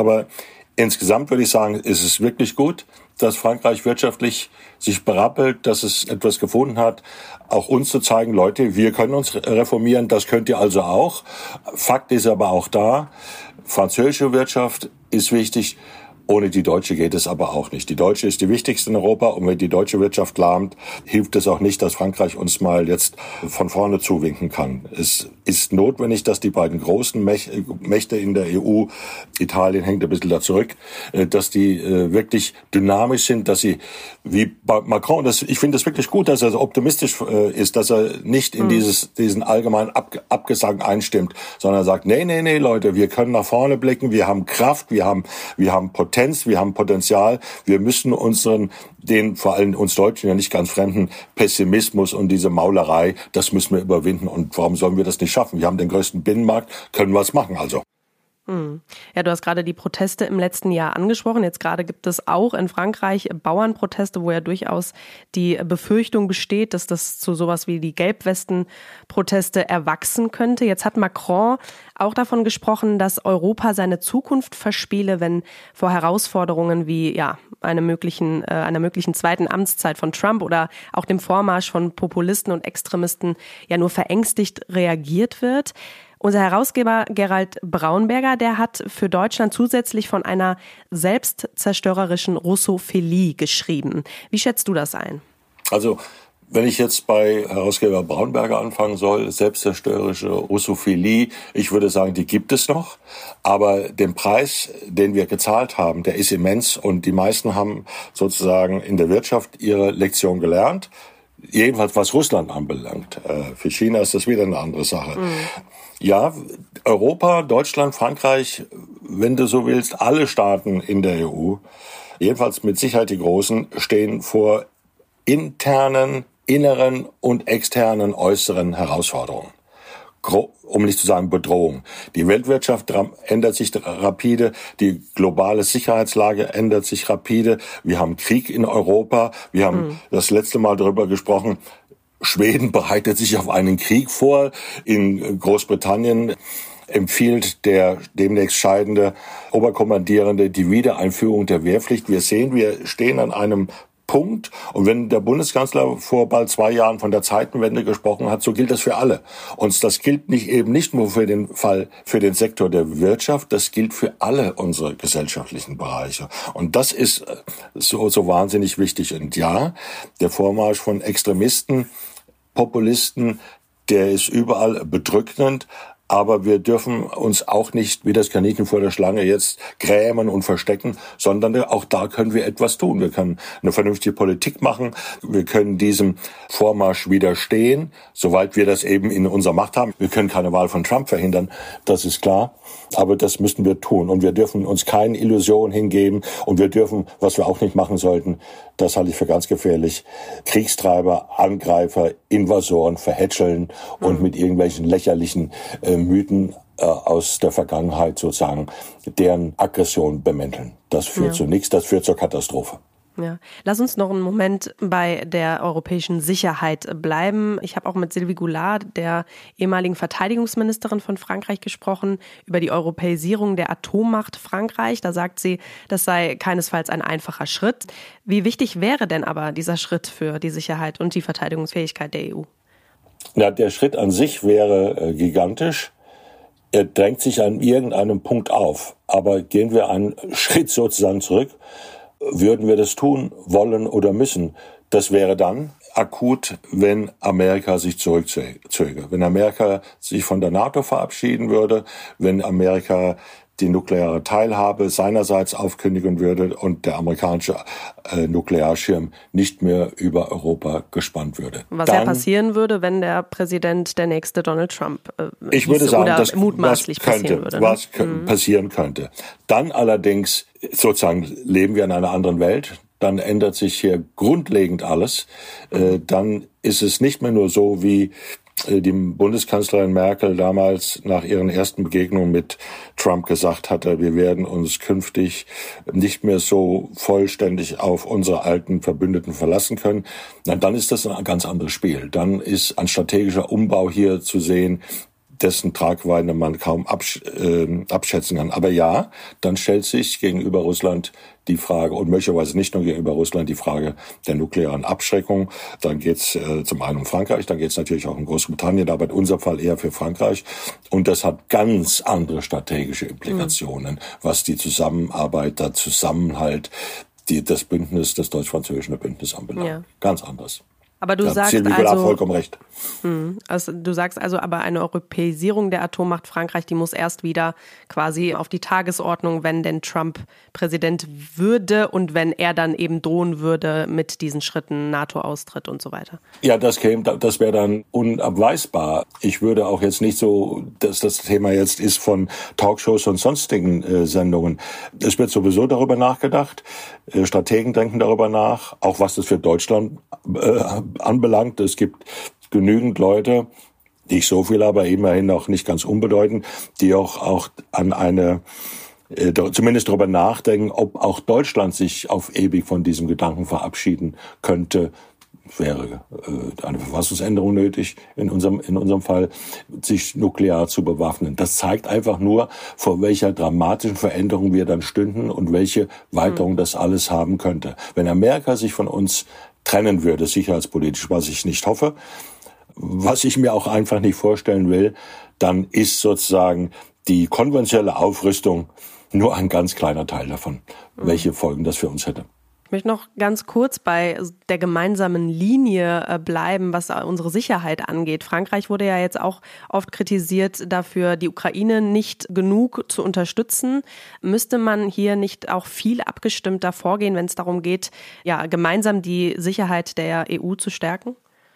insgesamt würde ich sagen, ist es wirklich gut, dass Frankreich wirtschaftlich sich berappelt, dass es etwas gefunden hat, auch uns zu zeigen, Leute, wir können uns reformieren, das könnt ihr also auch. Fakt ist aber auch da, französische Wirtschaft ist wichtig. Ohne die deutsche geht es aber auch nicht. Die deutsche ist die wichtigste in Europa und wenn die deutsche Wirtschaft lahmt, hilft es auch nicht, dass Frankreich uns mal jetzt von vorne zuwinken kann. Es ist notwendig, dass die beiden großen Mächte in der EU, Italien hängt ein bisschen da zurück, dass die wirklich dynamisch sind, dass sie, wie Macron, ich finde es wirklich gut, dass er so optimistisch ist, dass er nicht in diesen allgemeinen Abgesang einstimmt, sondern sagt, nee, Leute, wir können nach vorne blicken, wir haben Kraft, wir haben Potenz, wir haben Potenzial. Wir müssen den vor allem uns Deutschen ja nicht ganz fremden Pessimismus und diese Maulerei, das müssen wir überwinden. Und warum sollen wir das nicht schaffen? Wir haben den größten Binnenmarkt, können wir es machen also. Ja, du hast gerade die Proteste im letzten Jahr angesprochen. Jetzt gerade gibt es auch in Frankreich Bauernproteste, wo ja durchaus die Befürchtung besteht, dass das zu sowas wie die Gelbwesten-Proteste erwachsen könnte. Jetzt hat Macron auch davon gesprochen, dass Europa seine Zukunft verspiele, wenn vor Herausforderungen wie einer möglichen zweiten Amtszeit von Trump oder auch dem Vormarsch von Populisten und Extremisten ja nur verängstigt reagiert wird. Unser Herausgeber Gerald Braunberger, der hat für Deutschland zusätzlich von einer selbstzerstörerischen Russophilie geschrieben. Wie schätzt du das ein? Also, wenn ich jetzt bei Herausgeber Braunberger anfangen soll, selbstzerstörerische Russophilie, ich würde sagen, die gibt es noch. Aber den Preis, den wir gezahlt haben, der ist immens und die meisten haben sozusagen in der Wirtschaft ihre Lektion gelernt. Jedenfalls was Russland anbelangt. Für China ist das wieder eine andere Sache. Ja, Europa, Deutschland, Frankreich, wenn du so willst, alle Staaten in der EU, jedenfalls mit Sicherheit die Großen, stehen vor internen, inneren und externen äußeren Herausforderungen. Um nicht zu sagen Bedrohung. Die Weltwirtschaft ändert sich rapide, die globale Sicherheitslage ändert sich rapide. Wir haben Krieg in Europa, wir haben das letzte Mal darüber gesprochen, Schweden bereitet sich auf einen Krieg vor. In Großbritannien empfiehlt der demnächst scheidende Oberkommandierende die Wiedereinführung der Wehrpflicht. Wir sehen, wir stehen an einem Punkt. Und wenn der Bundeskanzler vor bald 2 Jahren von der Zeitenwende gesprochen hat, so gilt das für alle. Und das gilt nicht nur für den Sektor der Wirtschaft, das gilt für alle unsere gesellschaftlichen Bereiche. Und das ist so wahnsinnig wichtig. Und ja, der Vormarsch von Extremisten, Populisten, der ist überall bedrückend. Aber wir dürfen uns auch nicht wie das Kaninchen vor der Schlange jetzt grämen und verstecken, sondern auch da können wir etwas tun. Wir können eine vernünftige Politik machen. Wir können diesem Vormarsch widerstehen, soweit wir das eben in unserer Macht haben. Wir können keine Wahl von Trump verhindern, das ist klar. Aber das müssen wir tun. Und wir dürfen uns keine Illusionen hingeben. Und wir dürfen, was wir auch nicht machen sollten, das halte ich für ganz gefährlich, Kriegstreiber, Angreifer, Invasoren verhätscheln und mit irgendwelchen lächerlichen Mythen aus der Vergangenheit sozusagen deren Aggression bemänteln. Das führt zu nichts, das führt zur Katastrophe. Ja. Lass uns noch einen Moment bei der europäischen Sicherheit bleiben. Ich habe auch mit Sylvie Goulard, der ehemaligen Verteidigungsministerin von Frankreich, gesprochen über die Europäisierung der Atommacht Frankreich. Da sagt sie, das sei keinesfalls ein einfacher Schritt. Wie wichtig wäre denn aber dieser Schritt für die Sicherheit und die Verteidigungsfähigkeit der EU? Ja, der Schritt an sich wäre gigantisch. Er drängt sich an irgendeinem Punkt auf. Aber gehen wir einen Schritt sozusagen zurück. Würden wir das tun wollen oder müssen? Das wäre dann akut, wenn Amerika sich zurückzöge. Wenn Amerika sich von der NATO verabschieden würde, wenn Amerika die nukleare Teilhabe seinerseits aufkündigen würde und der amerikanische Nuklearschirm nicht mehr über Europa gespannt würde. Was ja passieren würde, wenn der Präsident der nächste Donald Trump ich würde sagen, dass mutmaßlich passieren würde. Was passieren könnte. Dann allerdings sozusagen leben wir in einer anderen Welt. Dann ändert sich hier grundlegend alles. Dann ist es nicht mehr nur so wie die Bundeskanzlerin Merkel damals nach ihren ersten Begegnungen mit Trump gesagt hatte, wir werden uns künftig nicht mehr so vollständig auf unsere alten Verbündeten verlassen können, dann ist das ein ganz anderes Spiel. Dann ist ein strategischer Umbau hier zu sehen, dessen Tragweite man kaum abschätzen kann. Aber ja, dann stellt sich gegenüber Russland die Frage, und möglicherweise nicht nur gegenüber Russland, die Frage der nuklearen Abschreckung. Dann geht's zum einen um Frankreich, dann geht's natürlich auch um Großbritannien, aber in unserem Fall eher für Frankreich. Und das hat ganz andere strategische Implikationen, was die Zusammenarbeit, der Zusammenhalt, das Bündnis, das deutsch-französische Bündnis anbelangt. Ja. Ganz anders. Aber du sagst also, vollkommen recht. Also du sagst also, aber eine Europäisierung der Atommacht Frankreich, die muss erst wieder quasi auf die Tagesordnung, wenn denn Trump Präsident würde und wenn er dann eben drohen würde mit diesen Schritten, NATO-Austritt und so weiter. Ja, das wäre dann unabweisbar. Ich würde auch jetzt nicht so, dass das Thema jetzt ist von Talkshows und sonstigen Sendungen. Es wird sowieso darüber nachgedacht. Strategen denken darüber nach, auch was das für Deutschland anbelangt. Es gibt genügend Leute, nicht so viel, aber immerhin auch nicht ganz unbedeutend, die auch an eine, zumindest darüber nachdenken, ob auch Deutschland sich auf ewig von diesem Gedanken verabschieden könnte. Wäre eine Verfassungsänderung nötig, in unserem Fall, sich nuklear zu bewaffnen. Das zeigt einfach nur, vor welcher dramatischen Veränderung wir dann stünden und welche Weiterung das alles haben könnte. Wenn Amerika sich von uns trennen würde, sicherheitspolitisch, was ich nicht hoffe, was ich mir auch einfach nicht vorstellen will, dann ist sozusagen die konventionelle Aufrüstung nur ein ganz kleiner Teil davon, welche Folgen das für uns hätte. Ich möchte noch ganz kurz bei der gemeinsamen Linie bleiben, was unsere Sicherheit angeht. Frankreich wurde ja jetzt auch oft kritisiert dafür, die Ukraine nicht genug zu unterstützen. Müsste man hier nicht auch viel abgestimmter vorgehen, wenn es darum geht, ja, gemeinsam die Sicherheit der EU zu stärken?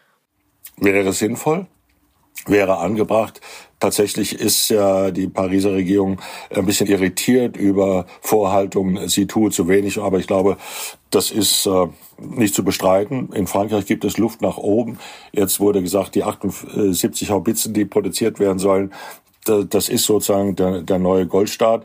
Wäre sinnvoll, wäre angebracht. Tatsächlich ist ja die Pariser Regierung ein bisschen irritiert über Vorhaltungen, sie tue zu wenig, aber ich glaube, das ist nicht zu bestreiten. In Frankreich gibt es Luft nach oben. Jetzt wurde gesagt, die 78 Haubitzen, die produziert werden sollen, das ist sozusagen der neue Goldstandard.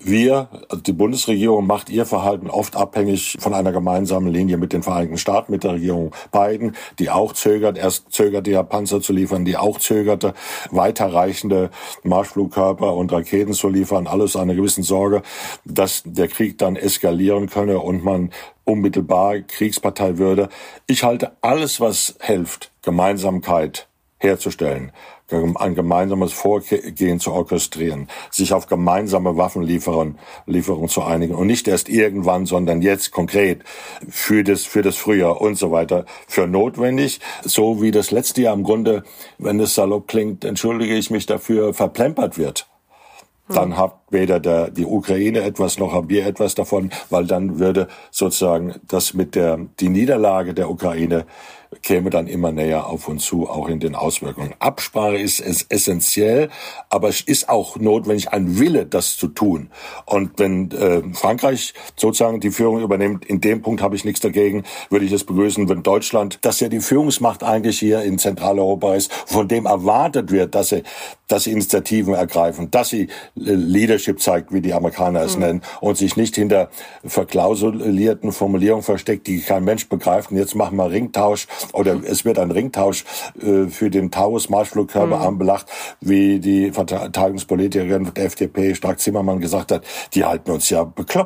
Die Bundesregierung macht ihr Verhalten oft abhängig von einer gemeinsamen Linie mit den Vereinigten Staaten, mit der Regierung Biden, die auch zögert. Erst zögerte ja Panzer zu liefern, die auch zögerte, weiterreichende Marschflugkörper und Raketen zu liefern. Alles eine gewissen Sorge, dass der Krieg dann eskalieren könne und man unmittelbar Kriegspartei würde. Ich halte alles, was hilft, Gemeinsamkeit herzustellen, ein gemeinsames Vorgehen zu orchestrieren, sich auf gemeinsame Waffenlieferungen zu einigen und nicht erst irgendwann, sondern jetzt konkret für das Frühjahr und so weiter für notwendig. So wie das letzte Jahr im Grunde, wenn es salopp klingt, entschuldige ich mich dafür, verplempert wird. Dann hat weder die Ukraine etwas noch haben wir etwas davon, weil dann würde sozusagen die Niederlage der Ukraine käme dann immer näher auf uns zu, auch in den Auswirkungen. Absprache ist essentiell, aber es ist auch notwendig, ein Wille, das zu tun. Und wenn Frankreich sozusagen die Führung übernimmt, in dem Punkt habe ich nichts dagegen, würde ich es begrüßen, wenn Deutschland, das ja die Führungsmacht eigentlich hier in Zentraleuropa ist, von dem erwartet wird, dass sie Initiativen ergreifen, dass sie Leadership zeigt, wie die Amerikaner es nennen, und sich nicht hinter verklausulierten Formulierungen versteckt, die kein Mensch begreift. Und jetzt machen wir Ringtausch. Oder es wird ein Ringtausch für den Taurus-Marschflugkörper anbelangt, wie die Verteidigungspolitikerin der FDP, Strack-Zimmermann, gesagt hat, die halten uns ja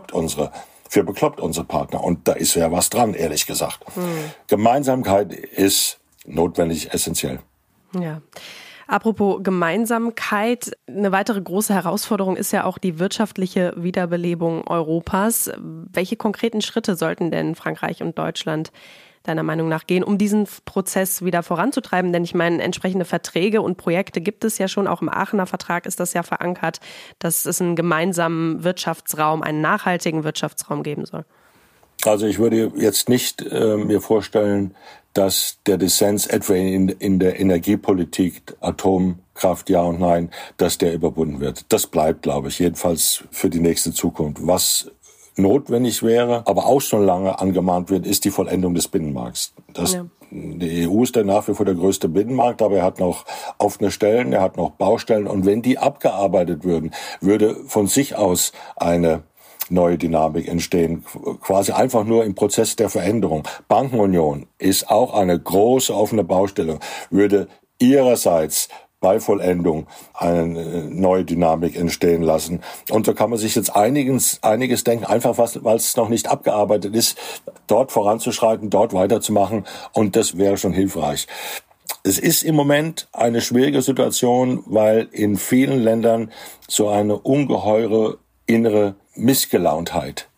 für bekloppt, unsere Partner. Und da ist ja was dran, ehrlich gesagt. Gemeinsamkeit ist notwendig, essentiell. Ja. Apropos Gemeinsamkeit, eine weitere große Herausforderung ist ja auch die wirtschaftliche Wiederbelebung Europas. Welche konkreten Schritte sollten denn Frankreich und Deutschland deiner Meinung nach gehen, um diesen Prozess wieder voranzutreiben? Denn ich meine, entsprechende Verträge und Projekte gibt es ja schon. Auch im Aachener Vertrag ist das ja verankert, dass es einen gemeinsamen Wirtschaftsraum, einen nachhaltigen Wirtschaftsraum geben soll. Also ich würde jetzt nicht mir vorstellen, dass der Dissens etwa in der Energiepolitik, Atomkraft, ja und nein, dass der überwunden wird. Das bleibt, glaube ich, jedenfalls für die nächste Zukunft. Was notwendig wäre, aber auch schon lange angemahnt wird, ist die Vollendung des Binnenmarkts. Die EU ist ja nach wie vor der größte Binnenmarkt, aber er hat noch offene Stellen, er hat noch Baustellen. Und wenn die abgearbeitet würden, würde von sich aus eine neue Dynamik entstehen, quasi einfach nur im Prozess der Veränderung. Bankenunion ist auch eine große offene Baustelle, würde ihrerseits bei Vollendung eine neue Dynamik entstehen lassen. Und da kann man sich jetzt einiges denken, einfach weil es noch nicht abgearbeitet ist, dort voranzuschreiten, dort weiterzumachen. Und das wäre schon hilfreich. Es ist im Moment eine schwierige Situation, weil in vielen Ländern so eine ungeheure innere Missgelauntheit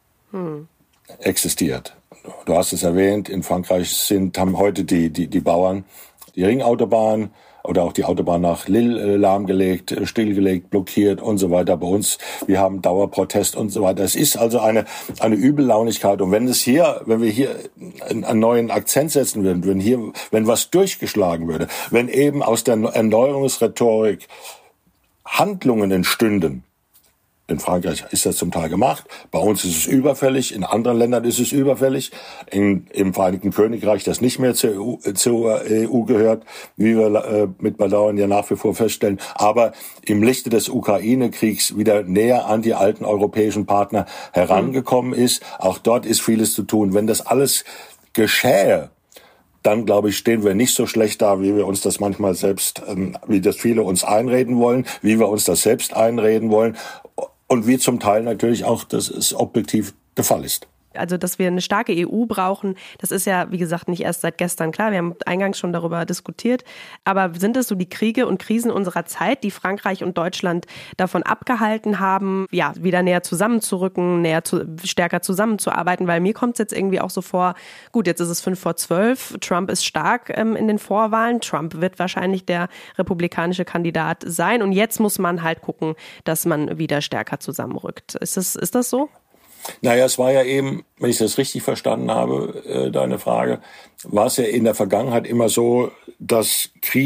existiert. Du hast es erwähnt, in Frankreich haben heute die Bauern die Ringautobahn oder auch die Autobahn nach Lille lahmgelegt, stillgelegt, blockiert und so weiter. Bei uns, wir haben Dauerprotest und so weiter. Es ist also eine Übellaunigkeit. Und wenn wir hier einen neuen Akzent setzen würden, wenn was durchgeschlagen würde, wenn eben aus der Erneuerungsrhetorik Handlungen entstünden. In Frankreich ist das zum Teil gemacht. Bei uns ist es überfällig. In anderen Ländern ist es überfällig. Im Vereinigten Königreich, das nicht mehr zur EU gehört, wie wir mit Bedauern ja nach wie vor feststellen. Aber im Lichte des Ukraine-Kriegs wieder näher an die alten europäischen Partner herangekommen ist. Auch dort ist vieles zu tun. Wenn das alles geschähe, dann, glaube ich, stehen wir nicht so schlecht da, wie wir uns das manchmal selbst, wie das viele uns einreden wollen, wie wir uns das selbst einreden wollen und wie zum Teil natürlich auch das objektiv der Fall ist. Also, dass wir eine starke EU brauchen, das ist ja, wie gesagt, nicht erst seit gestern klar. Wir haben eingangs schon darüber diskutiert. Aber sind es so die Kriege und Krisen unserer Zeit, die Frankreich und Deutschland davon abgehalten haben, ja, wieder näher zusammenzurücken, stärker zusammenzuarbeiten? Weil mir kommt es jetzt irgendwie auch so vor, gut, jetzt ist es 11:55, Trump ist stark in den Vorwahlen, Trump wird wahrscheinlich der republikanische Kandidat sein und jetzt muss man halt gucken, dass man wieder stärker zusammenrückt. Ist das so? Naja, es war ja eben, wenn ich das richtig verstanden habe, deine Frage, war es ja in der Vergangenheit immer so, dass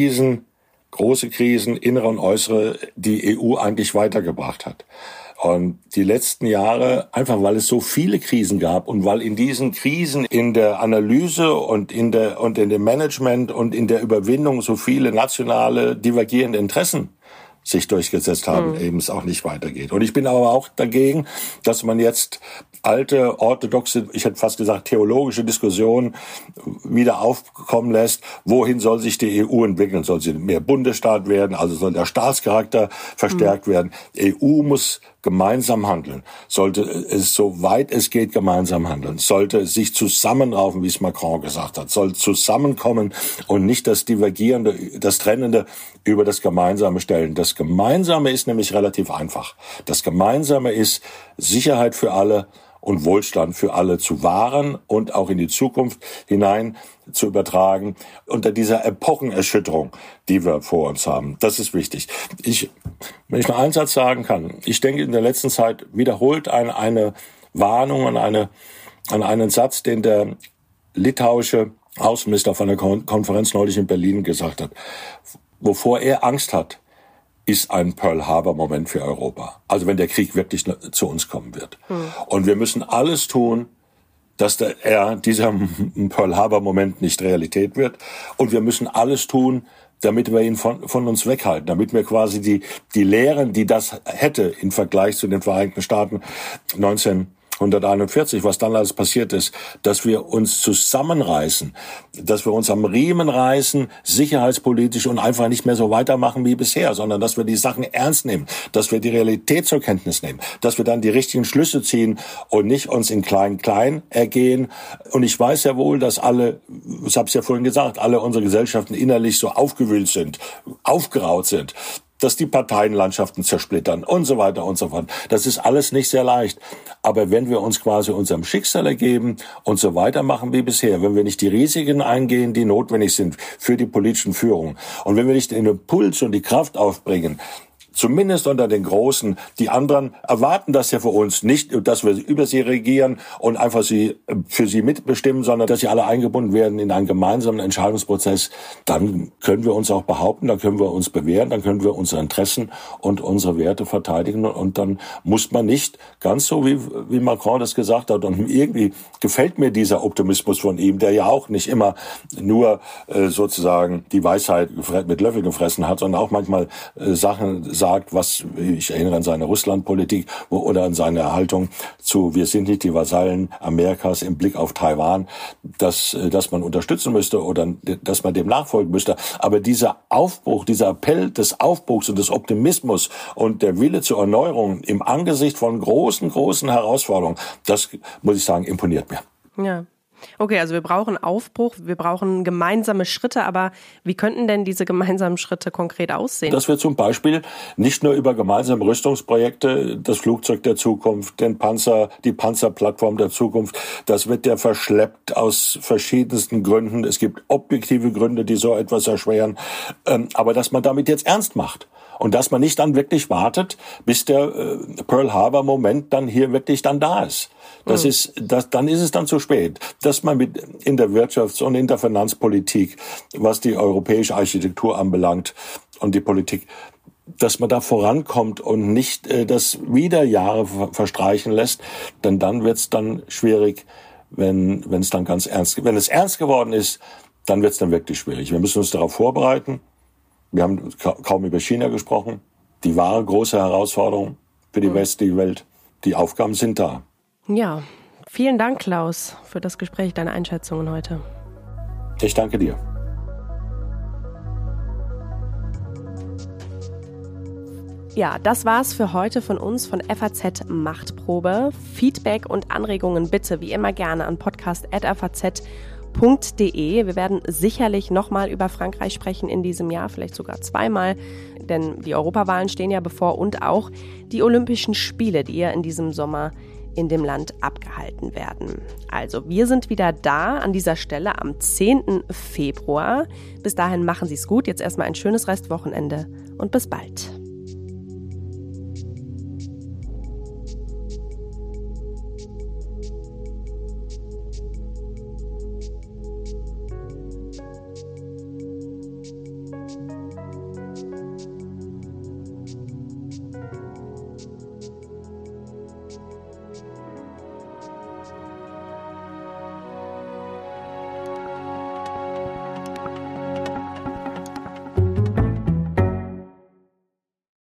große Krisen, innere und äußere, die EU eigentlich weitergebracht hat. Und die letzten Jahre, einfach weil es so viele Krisen gab und weil in diesen Krisen in der Analyse und in dem Management und in der Überwindung so viele nationale divergierende Interessen sich durchgesetzt haben, eben es auch nicht weitergeht. Und ich bin aber auch dagegen, dass man jetzt alte, orthodoxe, ich hätte fast gesagt theologische Diskussionen wieder aufkommen lässt. Wohin soll sich die EU entwickeln? Soll sie mehr Bundesstaat werden? Also soll der Staatscharakter verstärkt werden? Die EU muss gemeinsam handeln. Sollte es, soweit es geht, gemeinsam handeln. Sollte sich zusammenraufen, wie es Macron gesagt hat. Soll zusammenkommen und nicht das Divergierende, das Trennende über das Gemeinsame stellen. Das Gemeinsame ist nämlich relativ einfach. Das Gemeinsame ist Sicherheit für alle und Wohlstand für alle zu wahren und auch in die Zukunft hinein zu übertragen unter dieser Epochenerschütterung, die wir vor uns haben. Das ist wichtig. Wenn ich noch einen Satz sagen kann, ich denke, in der letzten Zeit wiederholt eine Warnung an einen Satz, den der litauische Außenminister von der Konferenz neulich in Berlin gesagt hat. Wovor er Angst hat, ist ein Pearl-Harbor-Moment für Europa. Also wenn der Krieg wirklich zu uns kommen wird. Und wir müssen alles tun, dass dieser Pearl-Harbor-Moment nicht Realität wird. Und wir müssen alles tun, damit wir ihn von uns weghalten, damit wir quasi die Lehren, die das hätte im Vergleich zu den Vereinigten Staaten 1941, was dann alles passiert ist, dass wir uns zusammenreißen, dass wir uns am Riemen reißen, sicherheitspolitisch und einfach nicht mehr so weitermachen wie bisher, sondern dass wir die Sachen ernst nehmen, dass wir die Realität zur Kenntnis nehmen, dass wir dann die richtigen Schlüsse ziehen und nicht uns in Klein-Klein ergehen. Und ich weiß ja wohl, dass alle, ich habe es ja vorhin gesagt, alle unsere Gesellschaften innerlich so aufgewühlt sind, aufgeraut sind, dass die Parteienlandschaften zersplittern und so weiter und so fort. Das ist alles nicht sehr leicht. Aber wenn wir uns quasi unserem Schicksal ergeben und so weitermachen wie bisher, wenn wir nicht die Risiken eingehen, die notwendig sind für die politischen Führungen, und wenn wir nicht den Impuls und die Kraft aufbringen, zumindest unter den Großen. Die anderen erwarten das ja für uns nicht, dass wir über sie regieren und einfach für sie mitbestimmen, sondern dass sie alle eingebunden werden in einen gemeinsamen Entscheidungsprozess. Dann können wir uns auch behaupten, dann können wir uns bewähren, dann können wir unsere Interessen und unsere Werte verteidigen. Und dann muss man nicht, ganz so wie Macron das gesagt hat, und irgendwie gefällt mir dieser Optimismus von ihm, der ja auch nicht immer nur sozusagen die Weisheit mit Löffel gefressen hat, sondern auch manchmal Sachen sagt, was, ich erinnere an seine Russlandpolitik oder an seine Haltung zu, wir sind nicht die Vasallen Amerikas im Blick auf Taiwan, dass man unterstützen müsste oder dass man dem nachfolgen müsste. Aber dieser Aufbruch, dieser Appell des Aufbruchs und des Optimismus und der Wille zur Erneuerung im Angesicht von großen Herausforderungen, das, muss ich sagen, imponiert mir. Ja. Okay, also wir brauchen Aufbruch, wir brauchen gemeinsame Schritte, aber wie könnten denn diese gemeinsamen Schritte konkret aussehen? Dass wir zum Beispiel nicht nur über gemeinsame Rüstungsprojekte, das Flugzeug der Zukunft, den Panzer, die Panzerplattform der Zukunft, das wird ja verschleppt aus verschiedensten Gründen. Es gibt objektive Gründe, die so etwas erschweren, aber dass man damit jetzt ernst macht. Und dass man nicht dann wirklich wartet, bis der Pearl Harbor Moment dann hier wirklich dann da ist. Dann ist es dann zu spät. Dass man in der Wirtschafts- und in der Finanzpolitik, was die europäische Architektur anbelangt und die Politik, dass man da vorankommt und nicht das wieder Jahre verstreichen lässt, denn dann wird's dann schwierig, wenn es ernst geworden ist, dann wird's dann wirklich schwierig. Wir müssen uns darauf vorbereiten. Wir haben kaum über China gesprochen. Die wahre große Herausforderung für die westliche Welt. Die Aufgaben sind da. Ja, vielen Dank, Klaus, für das Gespräch, deine Einschätzungen heute. Ich danke dir. Ja, das war's für heute von uns von FAZ Machtprobe. Feedback und Anregungen bitte wie immer gerne an podcast@faz.de. Wir werden sicherlich nochmal über Frankreich sprechen in diesem Jahr, vielleicht sogar zweimal, denn die Europawahlen stehen ja bevor und auch die Olympischen Spiele, die ja in diesem Sommer in dem Land abgehalten werden. Also, wir sind wieder da an dieser Stelle am 10. Februar. Bis dahin machen Sie es gut. Jetzt erstmal ein schönes Restwochenende und bis bald.